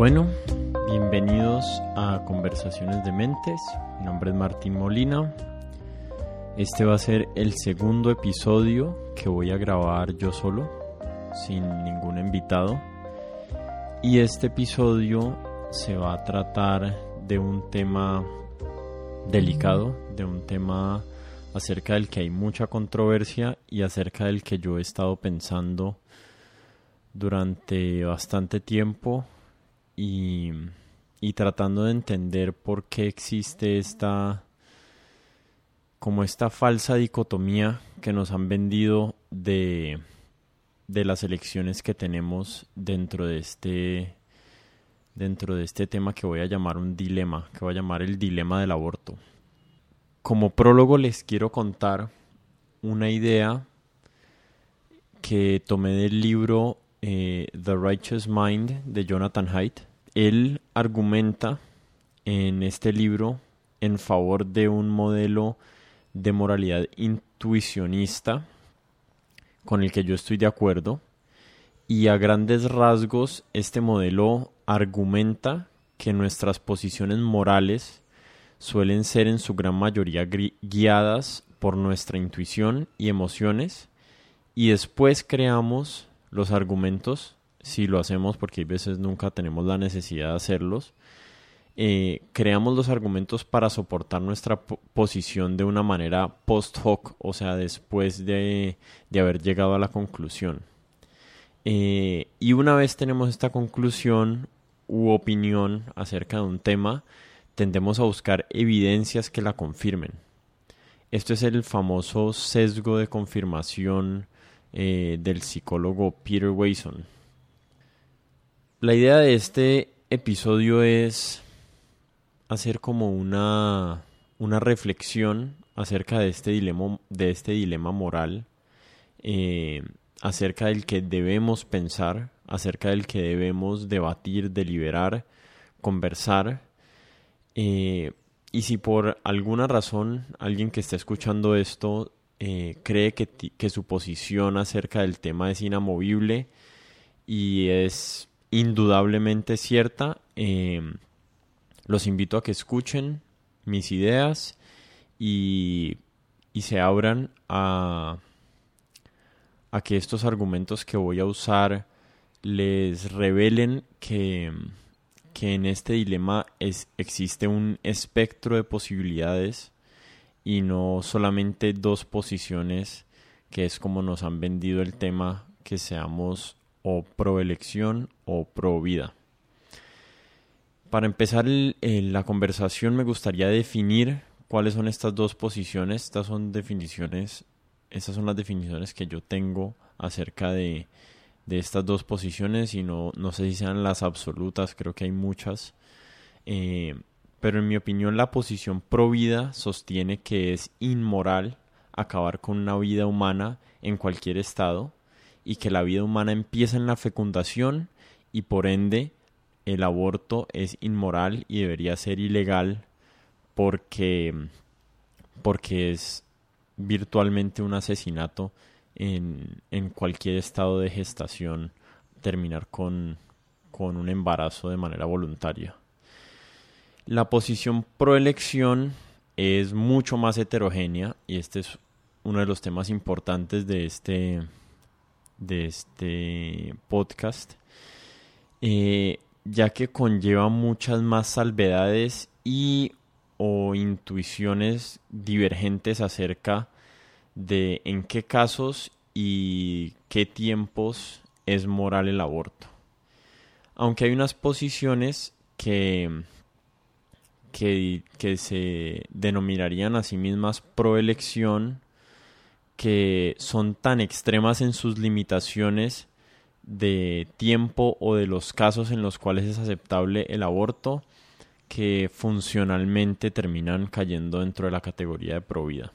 Bueno, bienvenidos a Conversaciones de Mentes. Mi nombre es Martín Molina. Este va a ser el segundo episodio que voy a grabar yo solo, sin ningún invitado. Y este episodio se va a tratar de un tema delicado, de un tema acerca del que hay mucha controversia y acerca del que yo he estado pensando durante bastante tiempo y tratando de entender por qué existe esta falsa dicotomía que nos han vendido de las elecciones que tenemos dentro de este tema que voy a llamar un dilema, que voy a llamar el dilema del aborto. Como prólogo les quiero contar una idea que tomé del libro The Righteous Mind de Jonathan Haidt. Él argumenta en este libro en favor de un modelo de moralidad intuicionista con el que yo estoy de acuerdo, y a grandes rasgos este modelo argumenta que nuestras posiciones morales suelen ser en su gran mayoría guiadas por nuestra intuición y emociones, y después creamos los argumentos, si lo hacemos, porque hay veces nunca tenemos la necesidad de hacerlos, creamos los argumentos para soportar nuestra posición de una manera post hoc, o sea, después de haber llegado a la conclusión. Y una vez tenemos esta conclusión u opinión acerca de un tema, tendemos a buscar evidencias que la confirmen. Esto es el famoso sesgo de confirmación del psicólogo Peter Wason. La idea de este episodio es hacer como una reflexión acerca de este dilema moral, acerca del que debemos pensar, acerca del que debemos debatir, deliberar, conversar. Y si por alguna razón alguien que esté escuchando esto cree que su posición acerca del tema es inamovible y es indudablemente cierta, los invito a que escuchen mis ideas y se abran a que estos argumentos que voy a usar les revelen que en este dilema existe un espectro de posibilidades y no solamente dos posiciones, que es como nos han vendido el tema, que seamos o pro elección o pro vida. Para empezar la conversación me gustaría definir cuáles son estas dos posiciones. Estas son las definiciones que yo tengo acerca de estas dos posiciones, y no sé si sean las absolutas, creo que hay muchas, pero en mi opinión la posición pro vida sostiene que es inmoral acabar con una vida humana en cualquier estado, y que la vida humana empieza en la fecundación y por ende el aborto es inmoral y debería ser ilegal porque es virtualmente un asesinato en cualquier estado de gestación terminar con un embarazo de manera voluntaria. La posición pro elección es mucho más heterogénea, y este es uno de los temas importantes de este podcast, ya que conlleva muchas más salvedades o intuiciones divergentes acerca de en qué casos y qué tiempos es moral el aborto. Aunque hay unas posiciones que se denominarían a sí mismas pro elección, que son tan extremas en sus limitaciones de tiempo o de los casos en los cuales es aceptable el aborto, que funcionalmente terminan cayendo dentro de la categoría de provida.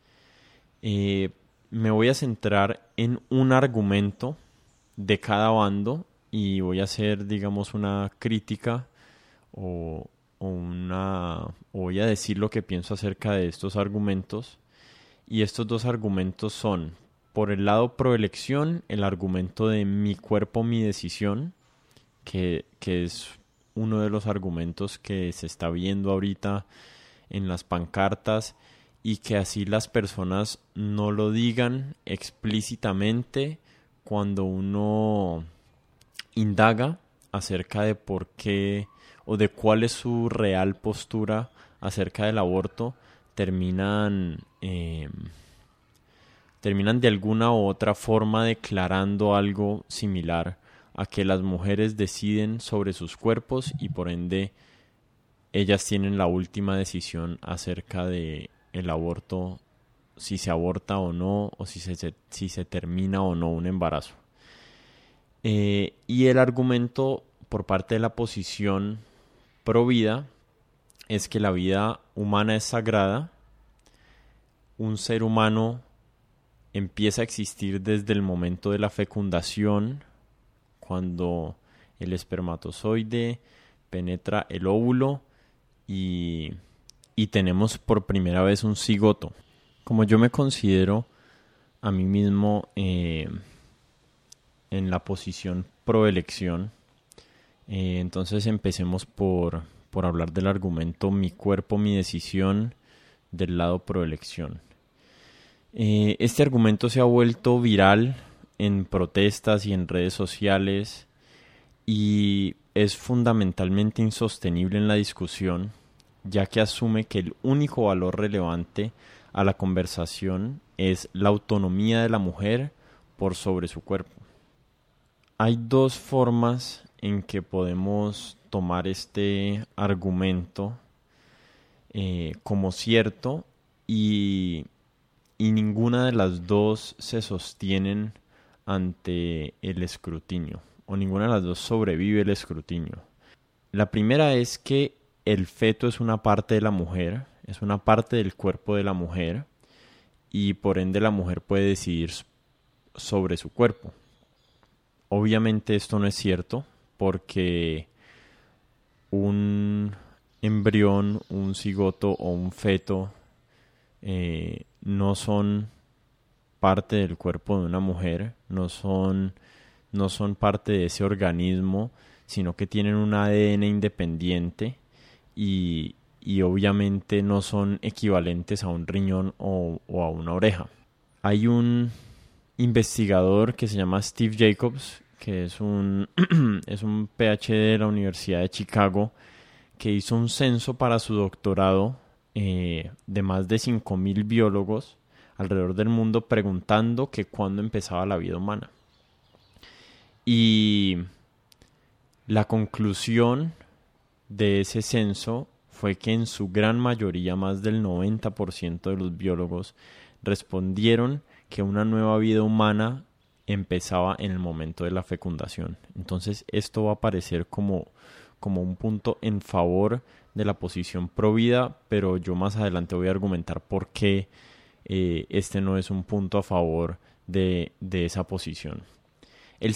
Me voy a centrar en un argumento de cada bando y voy a hacer, digamos, una crítica o voy a decir lo que pienso acerca de estos argumentos. Y estos dos argumentos son, por el lado pro elección, el argumento de mi cuerpo, mi decisión, que es uno de los argumentos que se está viendo ahorita en las pancartas, y que así las personas no lo digan explícitamente cuando uno indaga acerca de por qué o de cuál es su real postura acerca del aborto, terminan de alguna u otra forma declarando algo similar a que las mujeres deciden sobre sus cuerpos y por ende ellas tienen la última decisión acerca de el aborto, si se aborta o no, o si se termina o no un embarazo. Y el argumento por parte de la posición pro vida es que la vida humana es sagrada, un ser humano empieza a existir desde el momento de la fecundación, cuando el espermatozoide penetra el óvulo y tenemos por primera vez un cigoto. Como yo me considero a mí mismo en la posición pro elección, entonces empecemos por hablar del argumento mi cuerpo, mi decisión del lado pro elección. Este argumento se ha vuelto viral en protestas y en redes sociales y es fundamentalmente insostenible en la discusión, ya que asume que el único valor relevante a la conversación es la autonomía de la mujer por sobre su cuerpo. Hay dos formas en que podemos tomar este argumento como cierto y ninguna de las dos se sostienen ante el escrutinio, o ninguna de las dos sobrevive el escrutinio. La primera es que el feto es una parte de la mujer, es una parte del cuerpo de la mujer, y por ende la mujer puede decidir sobre su cuerpo. Obviamente esto no es cierto, porque un embrión, un cigoto o un feto no son parte del cuerpo de una mujer, no son parte de ese organismo, sino que tienen un ADN independiente y obviamente no son equivalentes a un riñón o a una oreja. Hay un investigador que se llama Steve Jacobs, que es un PhD de la Universidad de Chicago, que hizo un censo para su doctorado de más de 5.000 biólogos alrededor del mundo, preguntando que cuándo empezaba la vida humana. Y la conclusión de ese censo fue que en su gran mayoría, más del 90% de los biólogos respondieron que una nueva vida humana empezaba en el momento de la fecundación. Entonces esto va a parecer como un punto en favor de la posición pro vida, pero yo más adelante voy a argumentar por qué este no es un punto a favor de esa posición. La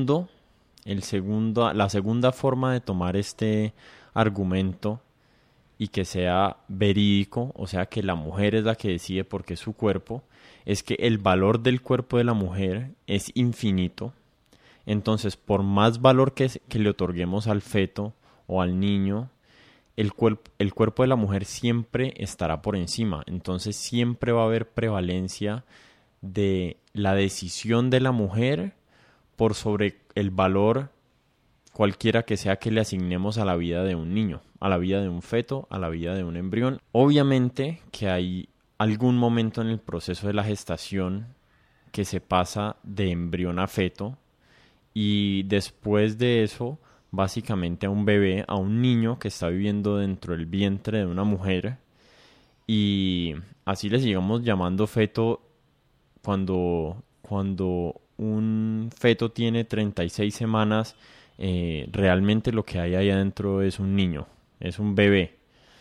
segunda forma de tomar este argumento y que sea verídico, o sea que la mujer es la que decide porque es su cuerpo, es que el valor del cuerpo de la mujer es infinito. Entonces, por más valor que le otorguemos al feto o al niño, el cuerpo de la mujer siempre estará por encima. Entonces, siempre va a haber prevalencia de la decisión de la mujer por sobre el valor cualquiera que sea que le asignemos a la vida de un niño, a la vida de un feto, a la vida de un embrión. Obviamente que hay algún momento en el proceso de la gestación que se pasa de embrión a feto, y después de eso, básicamente a un bebé, a un niño que está viviendo dentro del vientre de una mujer, y así le sigamos llamando feto cuando un feto tiene 36 semanas, realmente lo que hay ahí adentro es un niño, es un bebé.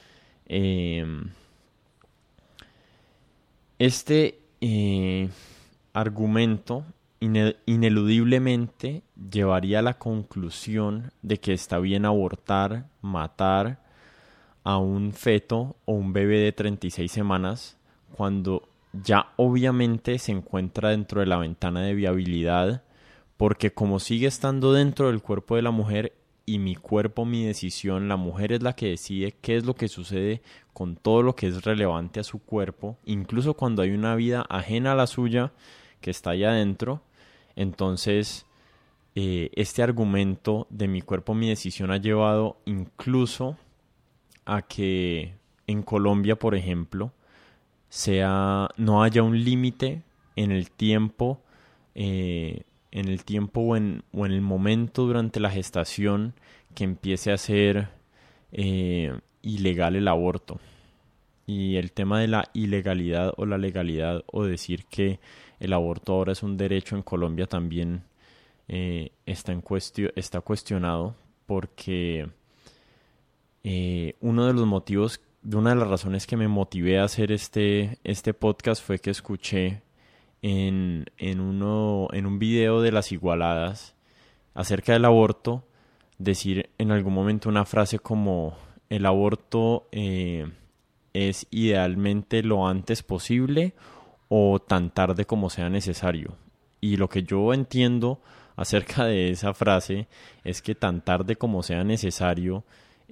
Este argumento ineludiblemente llevaría a la conclusión de que está bien abortar, matar a un feto o un bebé de 36 semanas cuando ya obviamente se encuentra dentro de la ventana de viabilidad, porque como sigue estando dentro del cuerpo de la mujer y mi cuerpo, mi decisión. La mujer es la que decide qué es lo que sucede con todo lo que es relevante a su cuerpo, incluso cuando hay una vida ajena a la suya que está allá adentro. Entonces, este argumento de mi cuerpo, mi decisión ha llevado incluso a que en Colombia, por ejemplo, no haya un límite en el tiempo, o en el momento durante la gestación que empiece a ser ilegal el aborto. Y el tema de la ilegalidad o la legalidad, o decir que el aborto ahora es un derecho en Colombia, también está cuestionado, porque una de las razones que me motivé a hacer este podcast fue que escuché en un video de Las Igualadas acerca del aborto decir en algún momento una frase como: el aborto es idealmente lo antes posible o tan tarde como sea necesario. Y lo que yo entiendo acerca de esa frase es que tan tarde como sea necesario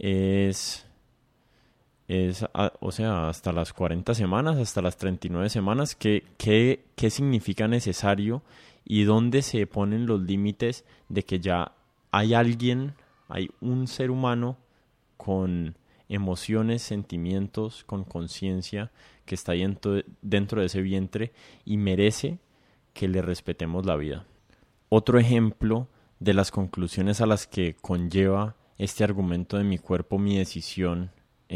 o sea, hasta las 40 semanas, hasta las 39 semanas. ¿Qué significa necesario y dónde se ponen los límites de que ya hay un ser humano con emociones, sentimientos, con conciencia, que está dentro de ese vientre y merece que le respetemos la vida? Otro ejemplo de las conclusiones a las que conlleva este argumento de mi cuerpo, mi decisión,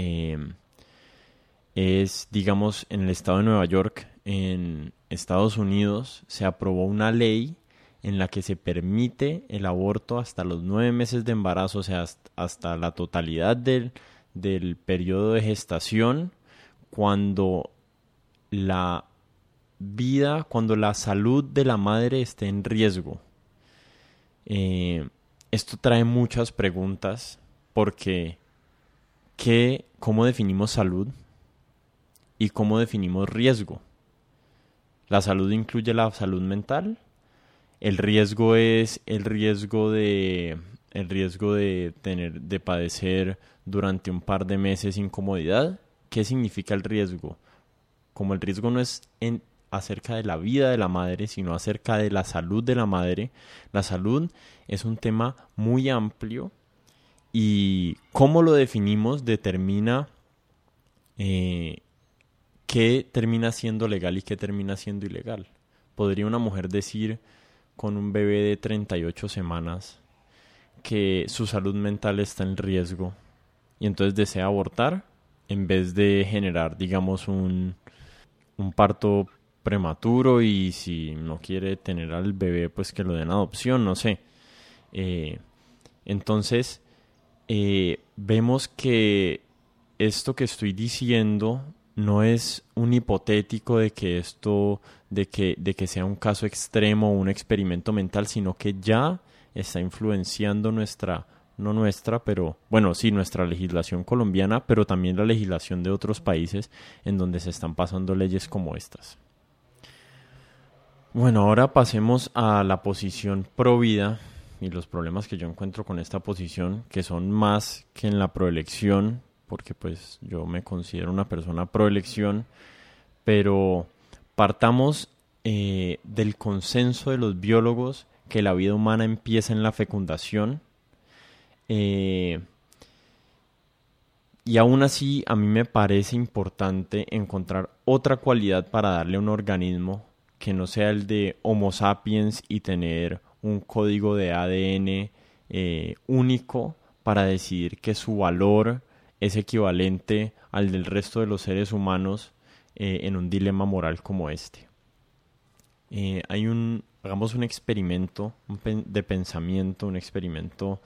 es, digamos, en el estado de Nueva York, en Estados Unidos, se aprobó una ley en la que se permite el aborto hasta los 9 meses de embarazo, o sea, hasta la totalidad del periodo de gestación, cuando cuando la salud de la madre esté en riesgo. Esto trae muchas preguntas, porque ¿cómo definimos salud y cómo definimos riesgo? ¿La salud incluye la salud mental? El riesgo es el riesgo de padecer durante un par de meses incomodidad. ¿Qué significa el riesgo? Como el riesgo no es acerca de la vida de la madre, sino acerca de la salud de la madre. La salud es un tema muy amplio y cómo lo definimos determina qué termina siendo legal y qué termina siendo ilegal. ¿Podría una mujer decir con un bebé de 38 semanas que su salud mental está en riesgo y entonces desea abortar en vez de generar, digamos, un parto prematuro, y si no quiere tener al bebé, pues que lo den adopción, no sé? Entonces, vemos que esto que estoy diciendo no es un hipotético de que sea un caso extremo o un experimento mental, sino que ya está influenciando nuestra legislación colombiana, pero también la legislación de otros países en donde se están pasando leyes como estas. Bueno, ahora pasemos a la posición pro vida y los problemas que yo encuentro con esta posición, que son más que en la proelección, porque pues yo me considero una persona proelección, pero partamos del consenso de los biólogos que la vida humana empieza en la fecundación. Y aún así a mí me parece importante encontrar otra cualidad para darle a un organismo que no sea el de Homo sapiens y tener un código de ADN único para decidir que su valor es equivalente al del resto de los seres humanos en un dilema moral como este. Hagamos un experimento de pensamiento, un experimento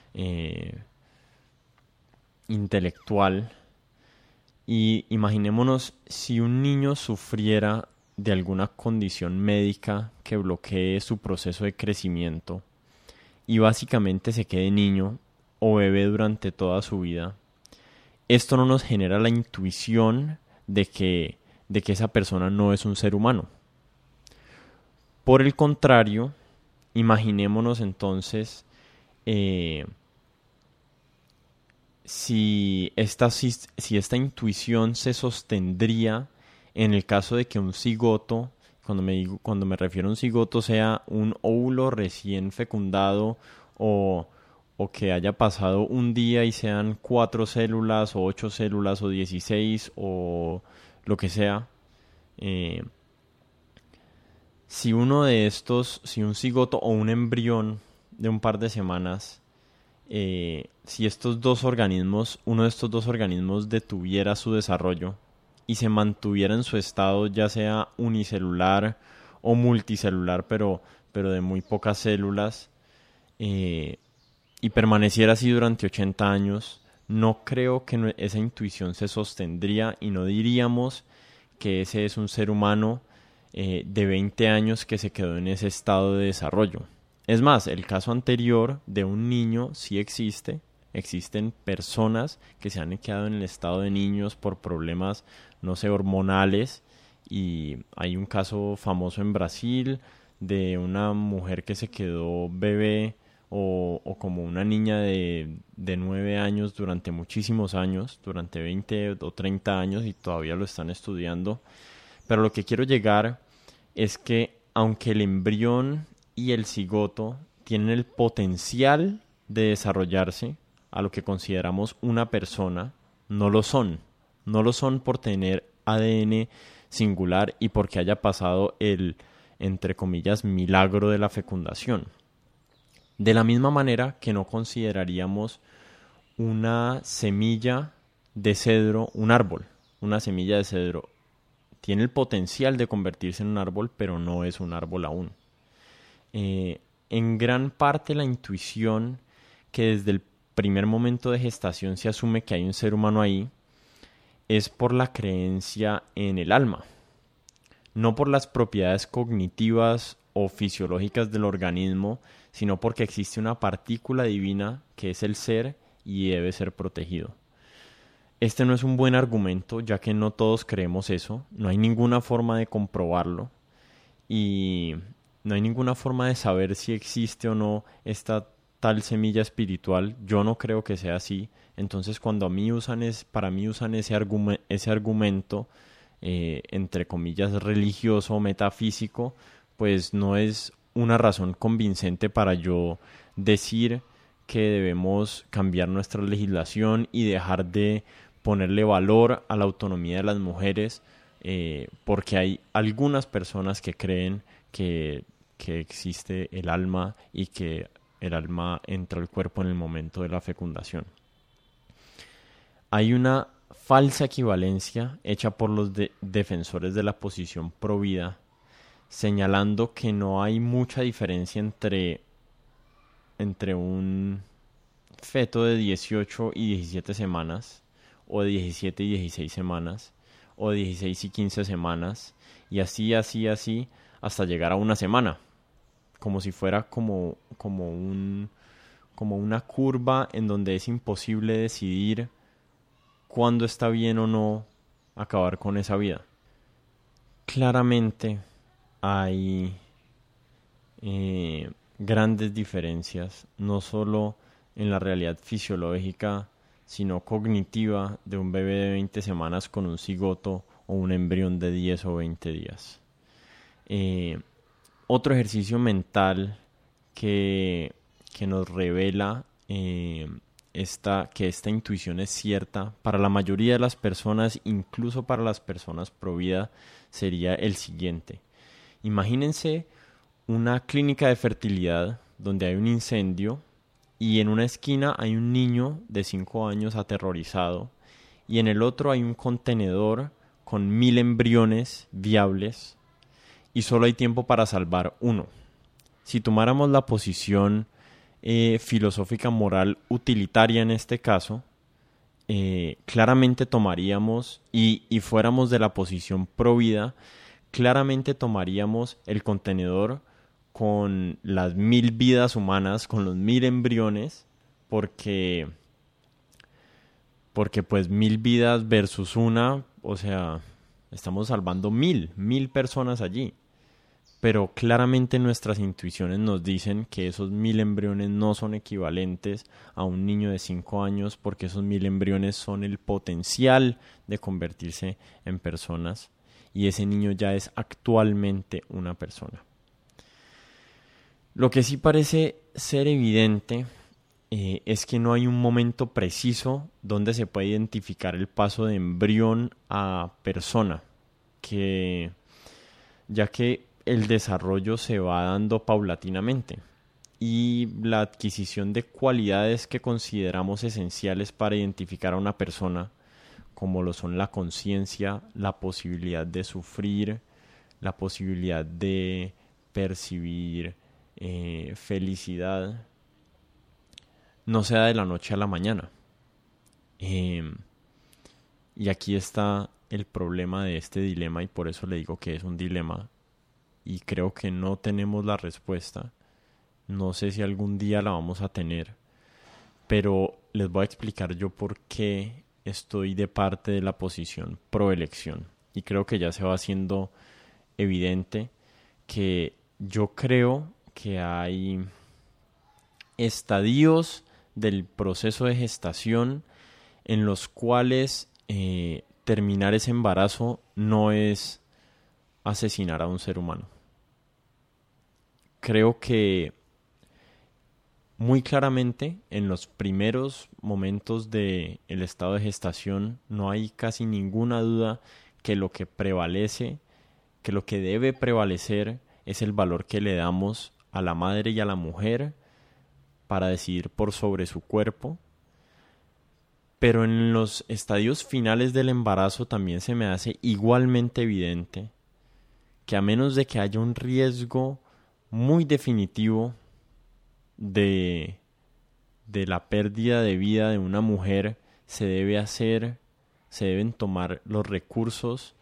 intelectual, y imaginémonos si un niño sufriera de alguna condición médica que bloquee su proceso de crecimiento y básicamente se quede niño o bebé durante toda su vida. Esto no nos genera la intuición de que esa persona no es un ser humano. Por el contrario, imaginémonos entonces si esta intuición se sostendría en el caso de que un cigoto, cuando me refiero a un cigoto, sea un óvulo recién fecundado o, o que haya pasado un día y sean 4 células o 8 células o 16 o lo que sea. eh, si un cigoto o un embrión de un par de semanas, si uno de estos dos organismos detuviera su desarrollo y se mantuviera en su estado ya sea unicelular o multicelular, pero de muy pocas células, eh, y permaneciera así durante 80 años, no creo que esa intuición se sostendría y no diríamos que ese es un ser humano de 20 años que se quedó en ese estado de desarrollo. Es más, el caso anterior de un niño sí existe. Existen personas que se han quedado en el estado de niños por problemas, no sé, hormonales. Y hay un caso famoso en Brasil de una mujer que se quedó bebé o como una niña de 9 años durante muchísimos años, durante 20 o 30 años y todavía lo están estudiando. Pero lo que quiero llegar es que aunque el embrión y el cigoto tienen el potencial de desarrollarse a lo que consideramos una persona, no lo son. No lo son por tener ADN singular y porque haya pasado el, entre comillas, milagro de la fecundación. De la misma manera que no consideraríamos una semilla de cedro un árbol. Una semilla de cedro tiene el potencial de convertirse en un árbol, pero no es un árbol aún. En gran parte la intuición que desde el primer momento de gestación se asume que hay un ser humano ahí es por la creencia en el alma, no por las propiedades cognitivas o fisiológicas del organismo, sino porque existe una partícula divina que es el ser y debe ser protegido. Este no es un buen argumento, ya que no todos creemos eso, no hay ninguna forma de comprobarlo y no hay ninguna forma de saber si existe o no esta tal semilla espiritual. Yo no creo que sea así. Entonces, cuando para mí usan ese argumento, entre comillas, religioso o metafísico, pues no es una razón convincente para yo decir que debemos cambiar nuestra legislación y dejar de ponerle valor a la autonomía de las mujeres, porque hay algunas personas que creen que existe el alma y que el alma entra al cuerpo en el momento de la fecundación. Hay una falsa equivalencia hecha por los defensores de la posición provida, señalando que no hay mucha diferencia entre un feto de 18 y 17 semanas, o de 17 y 16 semanas, o de 16 y 15 semanas, y así, hasta llegar a una semana, como si fuera como una curva en donde es imposible decidir cuándo está bien o no acabar con esa vida. Claramente hay grandes diferencias, no solo en la realidad fisiológica, sino cognitiva de un bebé de 20 semanas con un cigoto o un embrión de 10 o 20 días. Otro ejercicio mental que nos revela que esta intuición es cierta para la mayoría de las personas, incluso para las personas pro vida, sería el siguiente. Imagínense una clínica de fertilidad donde hay un incendio y en una esquina hay un niño de 5 años aterrorizado y en el otro hay un contenedor con 1000 embriones viables y solo hay tiempo para salvar uno. Si tomáramos la posición filosófica moral utilitaria en este caso, claramente tomaríamos y fuéramos de la posición pro vida, claramente tomaríamos el contenedor con las 1000 vidas humanas, con los 1000 embriones, porque pues 1000 vidas versus una, o sea, estamos salvando 1000 personas allí. pero claramente nuestras intuiciones nos dicen que esos 1000 embriones no son equivalentes a un niño de 5 años, porque esos 1000 embriones son el potencial de convertirse en personas, y ese niño ya es actualmente una persona. Lo que sí parece ser evidente es que no hay un momento preciso donde se puede identificar el paso de embrión a persona, ya que el desarrollo se va dando paulatinamente y la adquisición de cualidades que consideramos esenciales para identificar a una persona, como lo son la conciencia, la posibilidad de sufrir, la posibilidad de percibir felicidad, no se da de la noche a la mañana. Y aquí está el problema de este dilema, y por eso le digo que es un dilema y creo que no tenemos la respuesta. No sé si algún día la vamos a tener, pero les voy a explicar yo por qué estoy de parte de la posición pro elección. Y creo que ya se va haciendo evidente que yo creo que hay estadios del proceso de gestación en los cuales terminar ese embarazo no es asesinar a un ser humano. Creo que muy claramente en los primeros momentos del estado de gestación no hay casi ninguna duda que lo que prevalece, que lo que debe prevalecer es el valor que le damos a la madre y a la mujer para decidir por sobre su cuerpo. Pero en los estadios finales del embarazo también se me hace igualmente evidente que a menos de que haya un riesgo muy definitivo de la pérdida de vida de una mujer, se deben tomar los recursos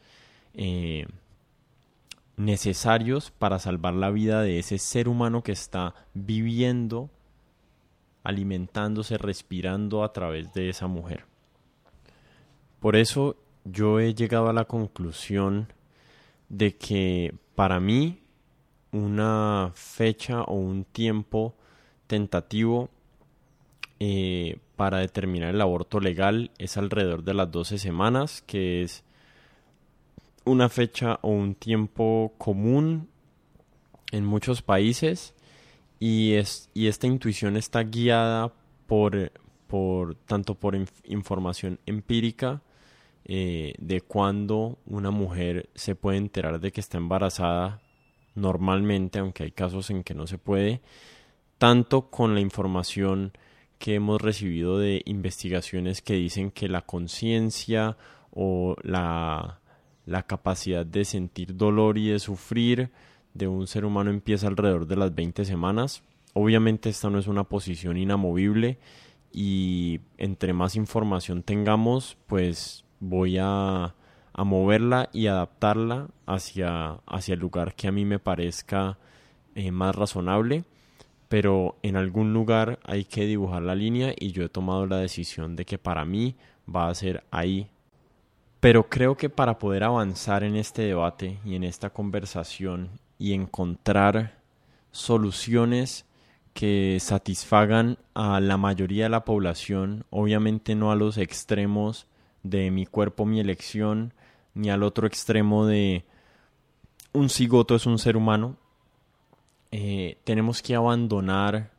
necesarios para salvar la vida de ese ser humano que está viviendo, alimentándose, respirando a través de esa mujer. Por eso yo he llegado a la conclusión de que para mí una fecha o un tiempo tentativo para determinar el aborto legal es alrededor de las 12 semanas, que es una fecha o un tiempo común en muchos países, y esta intuición está guiada tanto por información empírica de cuándo una mujer se puede enterar de que está embarazada normalmente, aunque hay casos en que no se puede, tanto con la información que hemos recibido de investigaciones que dicen que la conciencia o la capacidad de sentir dolor y de sufrir de un ser humano empieza alrededor de las 20 semanas. Obviamente esta no es una posición inamovible, y entre más información tengamos, pues voy a moverla y adaptarla hacia el lugar que a mí me parezca más razonable, pero en algún lugar hay que dibujar la línea y yo he tomado la decisión de que para mí va a ser ahí. Pero creo que para poder avanzar en este debate y en esta conversación y encontrar soluciones que satisfagan a la mayoría de la población, obviamente no a los extremos de mi cuerpo, mi elección, ni al otro extremo de un cigoto es un ser humano, tenemos que abandonar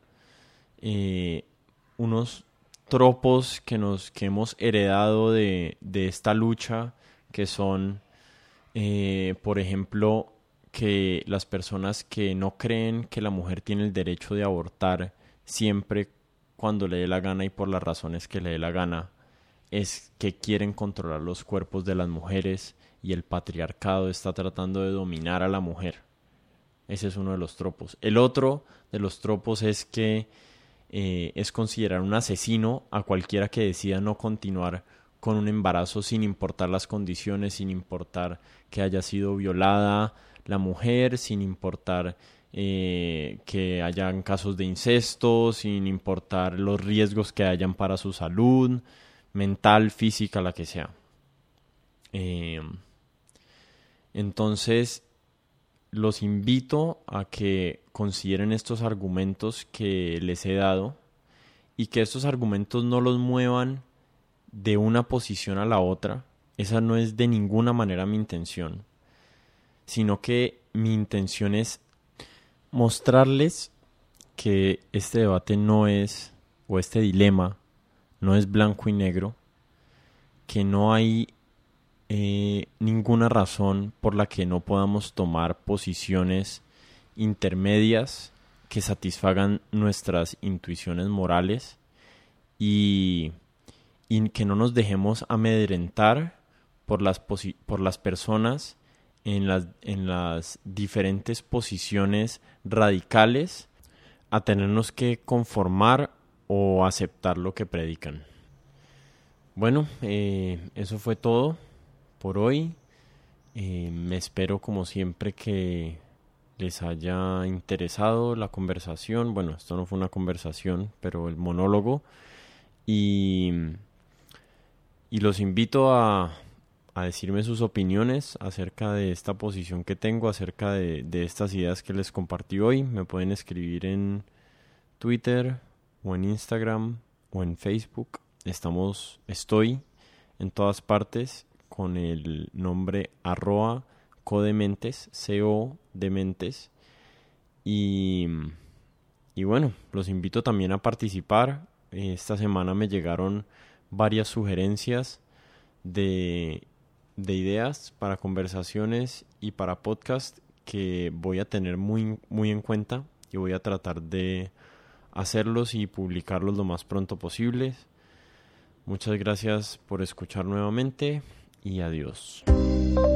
unos tropos que hemos heredado de esta lucha, que son, por ejemplo, que las personas que no creen que la mujer tiene el derecho de abortar siempre cuando le dé la gana y por las razones que le dé la gana, es que quieren controlar los cuerpos de las mujeres y el patriarcado está tratando de dominar a la mujer. Ese es uno de los tropos. El otro de los tropos es que es considerar un asesino a cualquiera que decida no continuar con un embarazo sin importar las condiciones, sin importar que haya sido violada la mujer, sin importar que hayan casos de incesto, sin importar los riesgos que hayan para su salud mental, física, la que sea. Entonces, los invito a que consideren estos argumentos que les he dado y que estos argumentos no los muevan de una posición a la otra. Esa no es de ninguna manera mi intención, sino que mi intención es mostrarles que este debate no es, o este dilema no es blanco y negro, que no hay ninguna razón por la que no podamos tomar posiciones intermedias que satisfagan nuestras intuiciones morales y que no nos dejemos amedrentar por las personas en las diferentes posiciones radicales a tenernos que conformar o aceptar lo que predican. Bueno, eso fue todo por hoy. Me espero como siempre que les haya interesado la conversación. Bueno, esto no fue una conversación, pero el monólogo. Y los invito a decirme sus opiniones acerca de esta posición que tengo, acerca de estas ideas que les compartí hoy. Me pueden escribir en Twitter o en Instagram o en Facebook. Estoy en todas partes con el nombre @codementes, C-O-Dementes. Y bueno, los invito también a participar. Esta semana me llegaron varias sugerencias de ideas para conversaciones y para podcast que voy a tener muy, muy en cuenta y voy a tratar de hacerlos y publicarlos lo más pronto posible. Muchas gracias por escuchar nuevamente y adiós.